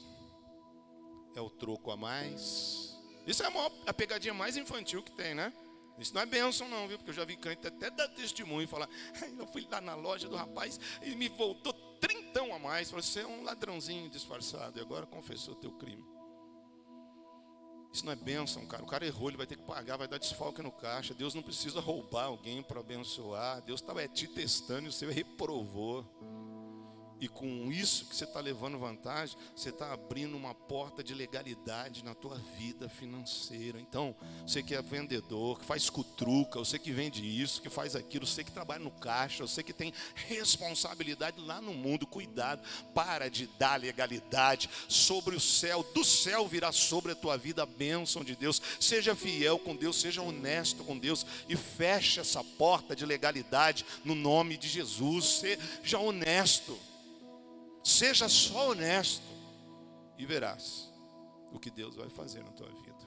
É o troco a mais. Isso é a pegadinha mais infantil que tem, né? Isso não é bênção não, viu? Porque eu já vi crente até dar testemunho e falar, eu fui lá na loja do rapaz e me voltou 30 a mais. Falei, você é um ladrãozinho disfarçado e agora confessou o teu crime. Isso não é bênção, cara. O cara errou, ele vai ter que pagar, vai dar desfalque no caixa. Deus não precisa roubar alguém para abençoar. Deus estava te testando e você reprovou. E com isso que você está levando vantagem, você está abrindo uma porta de legalidade na tua vida financeira. Então, você que é vendedor, que faz cutruca, você que vende isso, que faz aquilo, você que trabalha no caixa, você que tem responsabilidade lá no mundo, cuidado, para de dar legalidade sobre o céu. Do céu virá sobre a tua vida a bênção de Deus. Seja fiel com Deus, seja honesto com Deus e feche essa porta de legalidade no nome de Jesus. Seja honesto. Seja só honesto e verás o que Deus vai fazer na tua vida.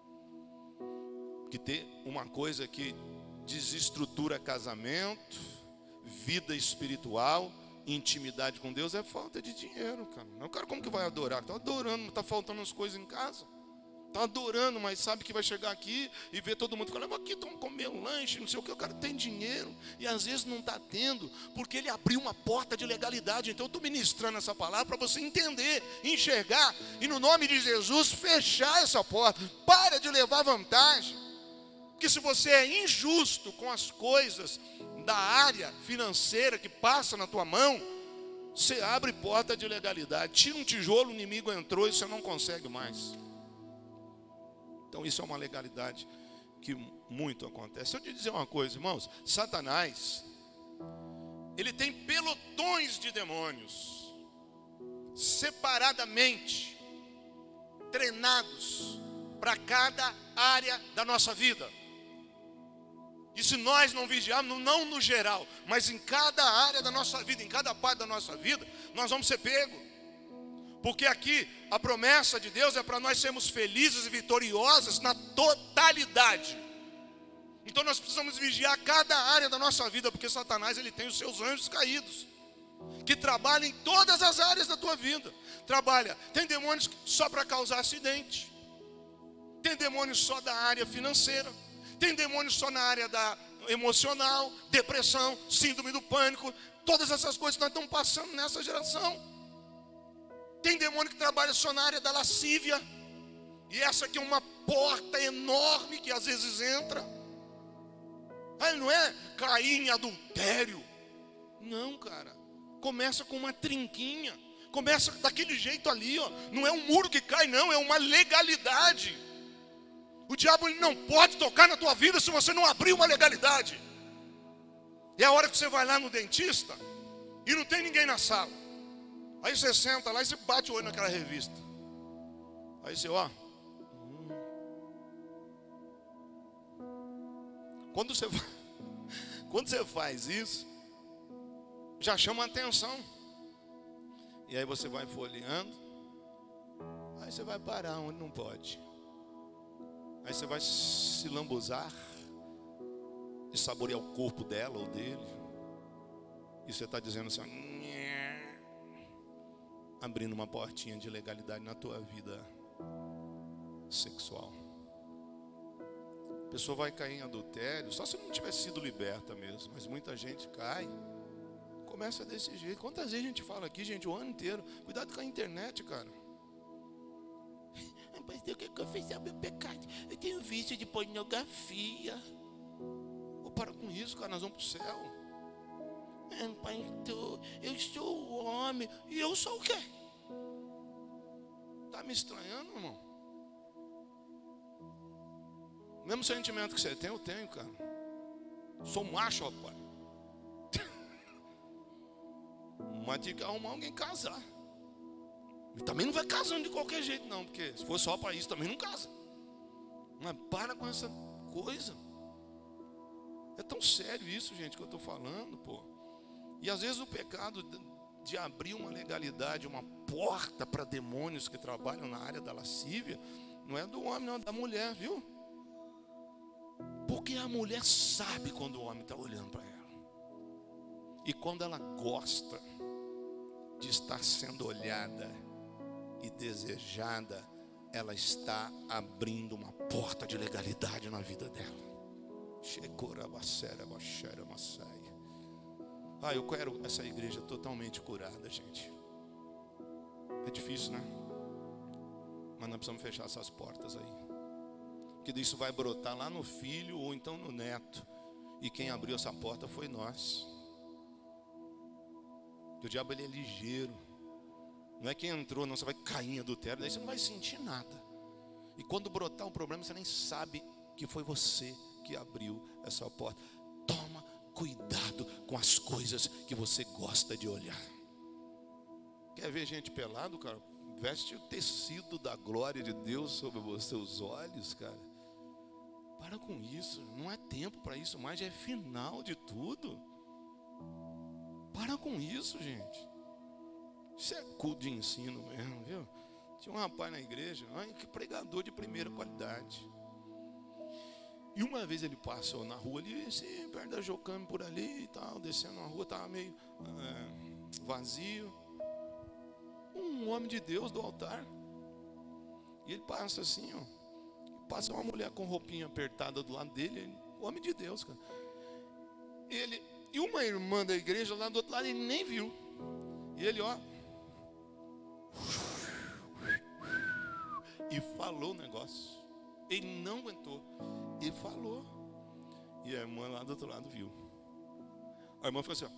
Porque ter uma coisa que desestrutura casamento, vida espiritual, intimidade com Deus é falta de dinheiro, cara. O cara como que vai adorar? Está adorando, está faltando as coisas em casa. Está adorando, mas sabe que vai chegar aqui e ver todo mundo falando, aqui estão comer um lanche, não sei o que, o cara tem dinheiro e às vezes não está tendo, porque ele abriu uma porta de legalidade. Então eu estou ministrando essa palavra para você entender, enxergar e no nome de Jesus fechar essa porta. Para de levar vantagem, porque se você é injusto com as coisas da área financeira que passa na tua mão, você abre porta de legalidade, tira um tijolo, o inimigo entrou e você não consegue mais. Então isso é uma legalidade que muito acontece. Se eu te dizer uma coisa, irmãos, Satanás, ele tem pelotões de demônios, separadamente, treinados para cada área da nossa vida. E se nós não vigiarmos, não no geral, mas em cada área da nossa vida, em cada parte da nossa vida, nós vamos ser pegos. Porque aqui a promessa de Deus é para nós sermos felizes e vitoriosos na totalidade. Então nós precisamos vigiar cada área da nossa vida, porque Satanás ele tem os seus anjos caídos, que trabalham em todas as áreas da tua vida. Tem demônios só para causar acidente, tem demônios só da área financeira, tem demônios só na área da emocional, depressão, síndrome do pânico. Todas essas coisas que nós estamos passando nessa geração. Tem demônio que trabalha só na área da lascívia. E essa aqui é uma porta enorme que às vezes entra. Aí não é cair em adultério. Não, cara. Começa com uma trinquinha. Começa daquele jeito ali, ó. Não é um muro que cai, não. É uma legalidade. O diabo ele não pode tocar na tua vida se você não abrir uma legalidade. E é a hora que você vai lá no dentista e não tem ninguém na sala. Aí você senta lá e você bate o olho naquela revista. Aí você, ó. Quando você faz isso, já chama a atenção. E aí você vai folheando. Aí você vai parar onde não pode. Aí você vai se lambuzar e saborear o corpo dela ou dele. E você está dizendo assim, abrindo uma portinha de legalidade na tua vida sexual. A pessoa vai cair em adultério, só se não tiver sido liberta mesmo. Mas muita gente cai, começa desse jeito. Quantas vezes a gente fala aqui, gente, o ano inteiro, cuidado com a internet, cara. Mas eu quero confessar meu pecado. Eu tenho vício de pornografia. Vou parar com isso, cara, nós vamos para o céu. Pastor, eu sou o homem. E eu sou o quê? Está me estranhando, irmão? O mesmo sentimento que você tem, eu tenho, cara. Sou macho, rapaz. Mas tem que arrumar alguém casar. E também não vai casando de qualquer jeito não, porque se for só para isso também não casa. Mas para com essa coisa. É tão sério isso, gente, que eu estou falando, pô. E às vezes o pecado de abrir uma legalidade, uma porta para demônios que trabalham na área da lascívia, não é do homem, não, é da mulher, viu? Porque a mulher sabe quando o homem está olhando para ela. E quando ela gosta de estar sendo olhada e desejada, ela está abrindo uma porta de legalidade na vida dela. Eu quero essa igreja totalmente curada, gente. É difícil, né? Mas nós precisamos fechar essas portas aí, porque isso vai brotar lá no filho ou então no neto. E quem abriu essa porta foi nós. O diabo, ele é ligeiro. Não é quem entrou, não. Você vai cair em adultério, daí você não vai sentir nada. E quando brotar um problema, você nem sabe que foi você que abriu essa porta. Toma cuidado com as coisas que você gosta de olhar. Quer ver gente pelado, cara? Veste o tecido da glória de Deus sobre os seus olhos, cara. Para com isso. Não é tempo para isso mais, já é final de tudo. Para com isso, gente. Isso é culto de ensino mesmo, viu? Tinha um rapaz na igreja, que pregador de primeira qualidade. E uma vez ele passou na rua ali, assim, perto da Jocame por ali e tal, descendo na rua, estava meio vazio. Um homem de Deus do altar. E ele passa assim, passa uma mulher com roupinha apertada do lado dele, homem de Deus, cara. E uma irmã da igreja lá do outro lado, ele nem viu. E ele, e falou o negócio. Ele não aguentou. Ele falou. E a irmã lá do outro lado viu. A irmã falou assim,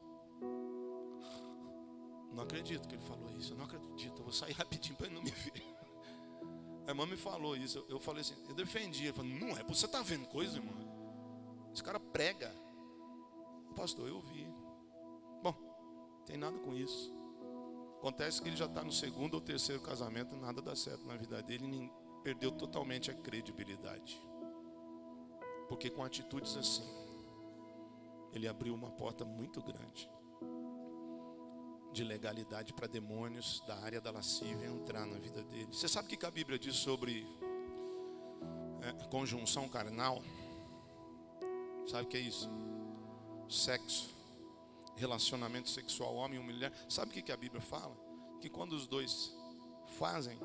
não acredito que ele falou isso. Eu não acredito. Eu vou sair rapidinho para ele não me ver. A irmã me falou isso. Eu falei assim, eu defendi. Ele falou, não é, você está vendo coisa, irmã? Esse cara prega. Pastor, eu vi. Bom, tem nada com isso. Acontece que ele já está no segundo ou terceiro casamento, nada dá certo na vida dele, ele perdeu totalmente a credibilidade. Porque com atitudes assim, ele abriu uma porta muito grande de legalidade para demônios da área da lascívia entrar na vida dele. Você sabe o que a Bíblia diz sobre conjunção carnal? Sabe o que é isso? Sexo, relacionamento sexual, homem e mulher. Sabe o que a Bíblia fala? Que quando os dois fazem,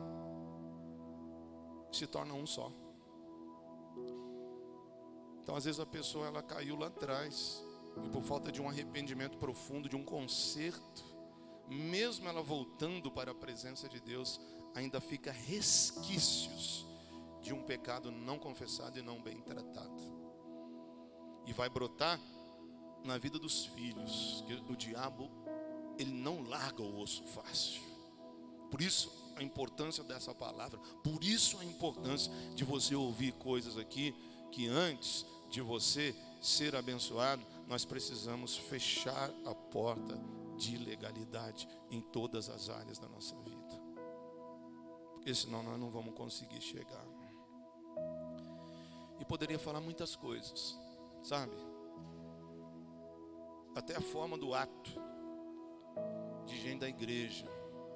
se torna um só. Então às vezes a pessoa, ela caiu lá atrás, e por falta de um arrependimento profundo, de um conserto, mesmo ela voltando para a presença de Deus, ainda fica resquícios de um pecado não confessado e não bem tratado. E vai brotar na vida dos filhos, que o diabo, ele não larga o osso fácil. Por isso a importância dessa palavra, por isso a importância de você ouvir coisas aqui, que antes de você ser abençoado, nós precisamos fechar a porta de legalidade em todas as áreas da nossa vida, porque senão nós não vamos conseguir chegar. E poderia falar muitas coisas, sabe? Até a forma do ato de gente da igreja.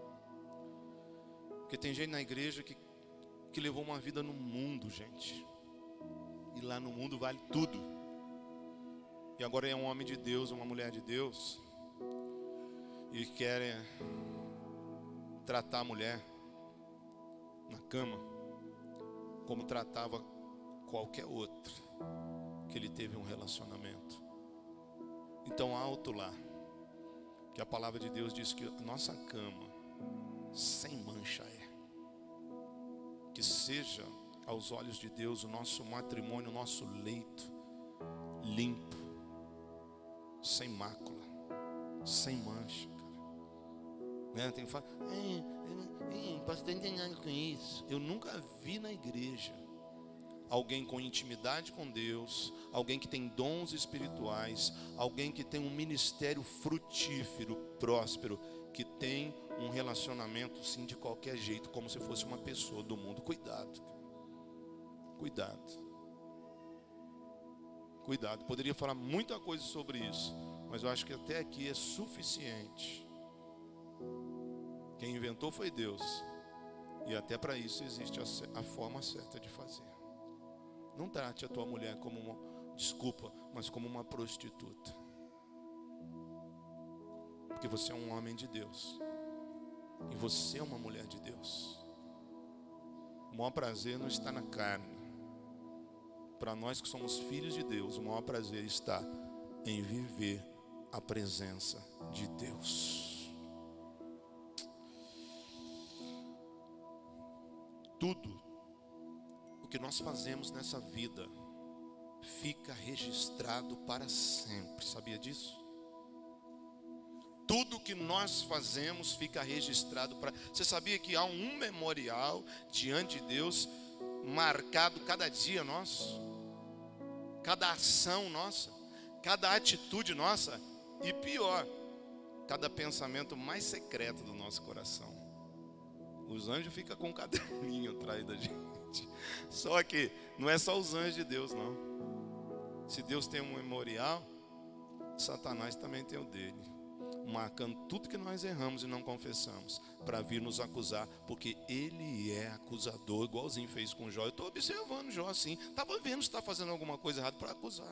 Porque tem gente na igreja que levou uma vida no mundo, gente. E lá no mundo vale tudo. E agora é um homem de Deus, uma mulher de Deus, e querem tratar a mulher na cama como tratava qualquer outra que ele teve um relacionamento. Então alto lá, que a palavra de Deus diz que a nossa cama sem mancha é. Que seja aos olhos de Deus o nosso matrimônio, o nosso leito limpo, sem mácula, sem mancha, cara. Tem que falar, pastor, não tem nada com isso. Eu nunca vi na igreja alguém com intimidade com Deus, alguém que tem dons espirituais, alguém que tem um ministério frutífero, próspero, que tem um relacionamento sim de qualquer jeito, como se fosse uma pessoa do mundo. Cuidado. Cuidado. Cuidado. Poderia falar muita coisa sobre isso, mas eu acho que até aqui é suficiente. Quem inventou foi Deus. E até para isso existe a forma certa de fazer. Não trate a tua mulher como uma, desculpa, mas como uma prostituta. Porque você é um homem de Deus. E você é uma mulher de Deus. O maior prazer não está na carne. Para nós que somos filhos de Deus, o maior prazer está em viver a presença de Deus. Tudo o que nós fazemos nessa vida fica registrado para sempre. Sabia disso? Tudo que nós fazemos fica registrado para... Você sabia que há um memorial diante de Deus, marcado cada dia nosso, cada ação nossa, cada atitude nossa, e pior, cada pensamento mais secreto do nosso coração. Os anjos ficam com um caderninho atrás da gente. Só que não é só os anjos de Deus, não. Se Deus tem um memorial, Satanás também tem o dele, marcando tudo que nós erramos e não confessamos, para vir nos acusar, porque ele é acusador, igualzinho fez com Jó. Eu estou observando Jó assim, estava vendo se está fazendo alguma coisa errada para acusar.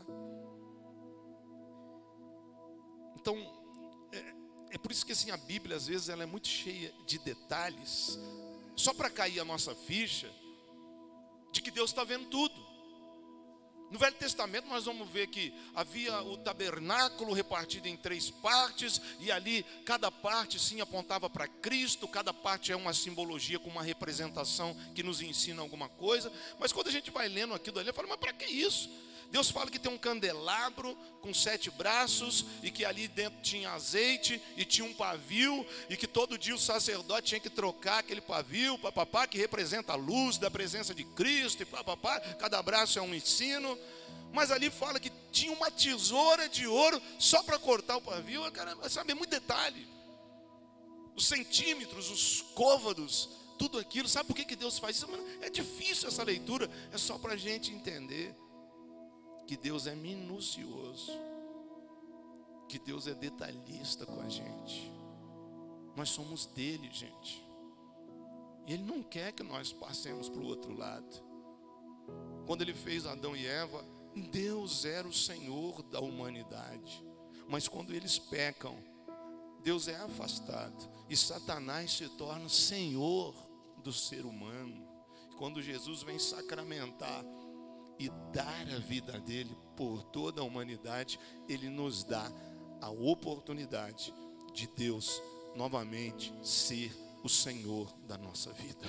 Então, é por isso que assim, a Bíblia às vezes ela é muito cheia de detalhes, só para cair a nossa ficha de que Deus está vendo tudo. No Velho Testamento nós vamos ver que havia o tabernáculo repartido em 3 partes, e ali cada parte sim apontava para Cristo, cada parte é uma simbologia com uma representação que nos ensina alguma coisa. Mas quando a gente vai lendo aquilo ali, eu falo, mas para que isso? Deus fala que tem um candelabro com 7 braços, e que ali dentro tinha azeite e tinha um pavio, e que todo dia o sacerdote tinha que trocar aquele pavio, papapá, que representa a luz da presença de Cristo, e papapá, cada braço é um ensino. Mas ali fala que tinha uma tesoura de ouro só para cortar o pavio. Caramba, sabe, é muito detalhe. Os centímetros, os côvados, tudo aquilo. Sabe por que Deus faz isso? É difícil essa leitura, é só para a gente entender que Deus é minucioso, que Deus é detalhista com a gente. Nós somos dele, gente, e ele não quer que nós passemos para o outro lado. Quando ele fez Adão e Eva, Deus era o Senhor da humanidade, mas quando eles pecam, Deus é afastado, e Satanás se torna Senhor do ser humano. Quando Jesus vem sacramentar e dar a vida dele por toda a humanidade, ele nos dá a oportunidade de Deus novamente ser o Senhor da nossa vida.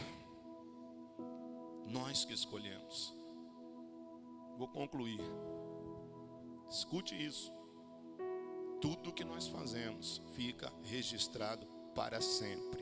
Nós que escolhemos. Vou concluir. Escute isso. Tudo que nós fazemos fica registrado para sempre.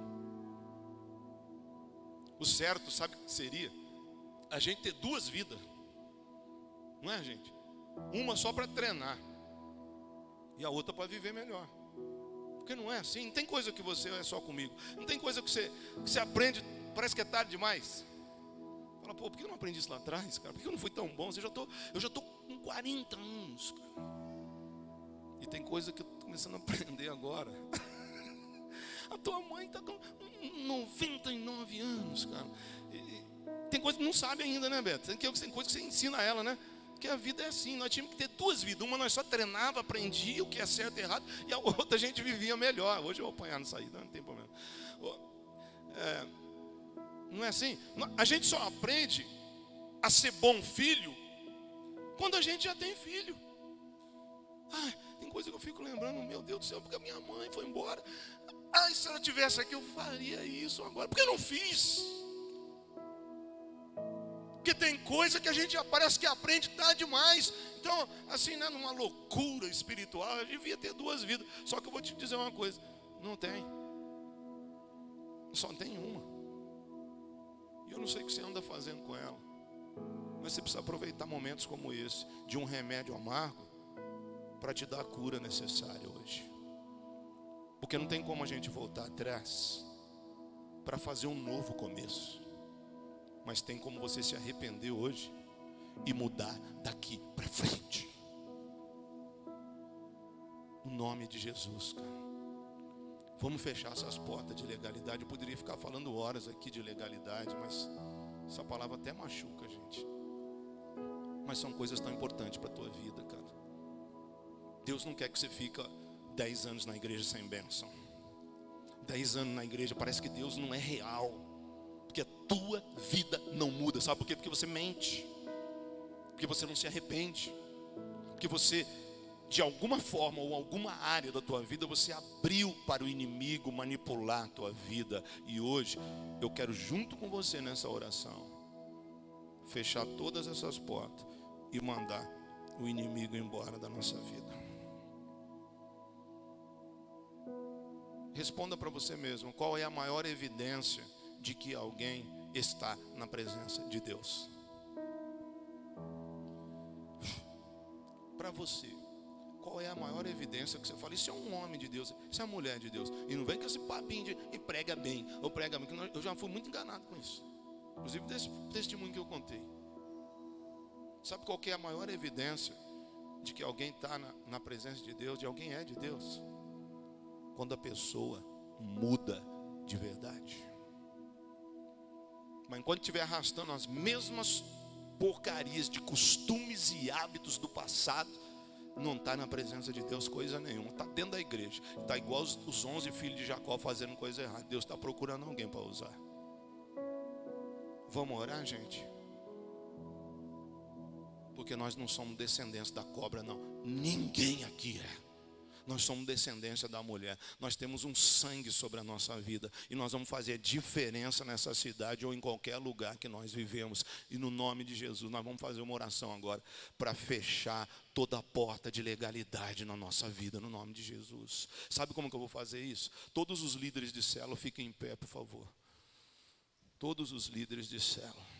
O certo, sabe o que seria? A gente ter 2 vidas. Não é, gente? Uma só para treinar e a outra para viver melhor. Porque não é assim. Não tem coisa que você é só comigo. Não tem coisa que você aprende, parece que é tarde demais. Fala, pô, por que eu não aprendi isso lá atrás, cara? Por que eu não fui tão bom? Eu já estou com 40 anos, cara. E tem coisa que eu estou começando a aprender agora. A tua mãe está com 99 anos, cara. Tem coisa que não sabe ainda, né, Beto? Tem coisa que você ensina a ela, né? Porque a vida é assim, nós tínhamos que ter 2 vidas. Uma nós só treinava, aprendia o que é certo e errado, e a outra a gente vivia melhor. Hoje eu vou apanhar nisso aí, não tem problema. Não é assim? A gente só aprende a ser bom filho quando a gente já tem filho. Tem coisa que eu fico lembrando, meu Deus do céu, porque a minha mãe foi embora. Se ela tivesse aqui eu faria isso agora. Por que eu não fiz? Porque tem coisa que a gente parece que aprende tarde demais. Então, assim, né, numa loucura espiritual, eu devia ter 2 vidas. Só que eu vou te dizer uma coisa, não tem. Só tem uma. E eu não sei o que você anda fazendo com ela. Mas você precisa aproveitar momentos como esse, de um remédio amargo, para te dar a cura necessária hoje. Porque não tem como a gente voltar atrás para fazer um novo começo. Mas tem como você se arrepender hoje e mudar daqui para frente. No nome de Jesus, cara. Vamos fechar essas portas de legalidade. Eu poderia ficar falando horas aqui de legalidade, mas essa palavra até machuca, gente. Mas são coisas tão importantes para a tua vida, cara. Deus não quer que você fique 10 anos na igreja sem bênção. 10 anos na igreja, parece que Deus não é real. Porque a tua vida não muda. Sabe por quê? Porque você mente. Porque você não se arrepende. Porque você, de alguma forma ou alguma área da tua vida, você abriu para o inimigo manipular a tua vida. E hoje, eu quero junto com você nessa oração, fechar todas essas portas e mandar o inimigo embora da nossa vida. Responda para você mesmo, qual é a maior evidência de que alguém está na presença de Deus? Para você, qual é a maior evidência que você fala, isso é um homem de Deus, isso é uma mulher de Deus? E não vem com esse papinho de e prega bem, ou prega bem, que eu já fui muito enganado com isso. Inclusive desse testemunho que eu contei. Sabe qual que é a maior evidência de que alguém está na presença de Deus, de alguém é de Deus? Quando a pessoa muda de verdade. Mas enquanto estiver arrastando as mesmas porcarias de costumes e hábitos do passado, não está na presença de Deus coisa nenhuma. Está dentro da igreja, está igual os 11 filhos de Jacó fazendo coisa errada. Deus está procurando alguém para usar. Vamos orar, gente? Porque nós não somos descendentes da cobra, não. Ninguém aqui é. Nós somos descendência da mulher. Nós temos um sangue sobre a nossa vida. E nós vamos fazer diferença nessa cidade ou em qualquer lugar que nós vivemos. E no nome de Jesus, nós vamos fazer uma oração agora para fechar toda a porta de legalidade na nossa vida, no nome de Jesus. Sabe como que eu vou fazer isso? Todos os líderes de célula, fiquem em pé, por favor. Todos os líderes de célula.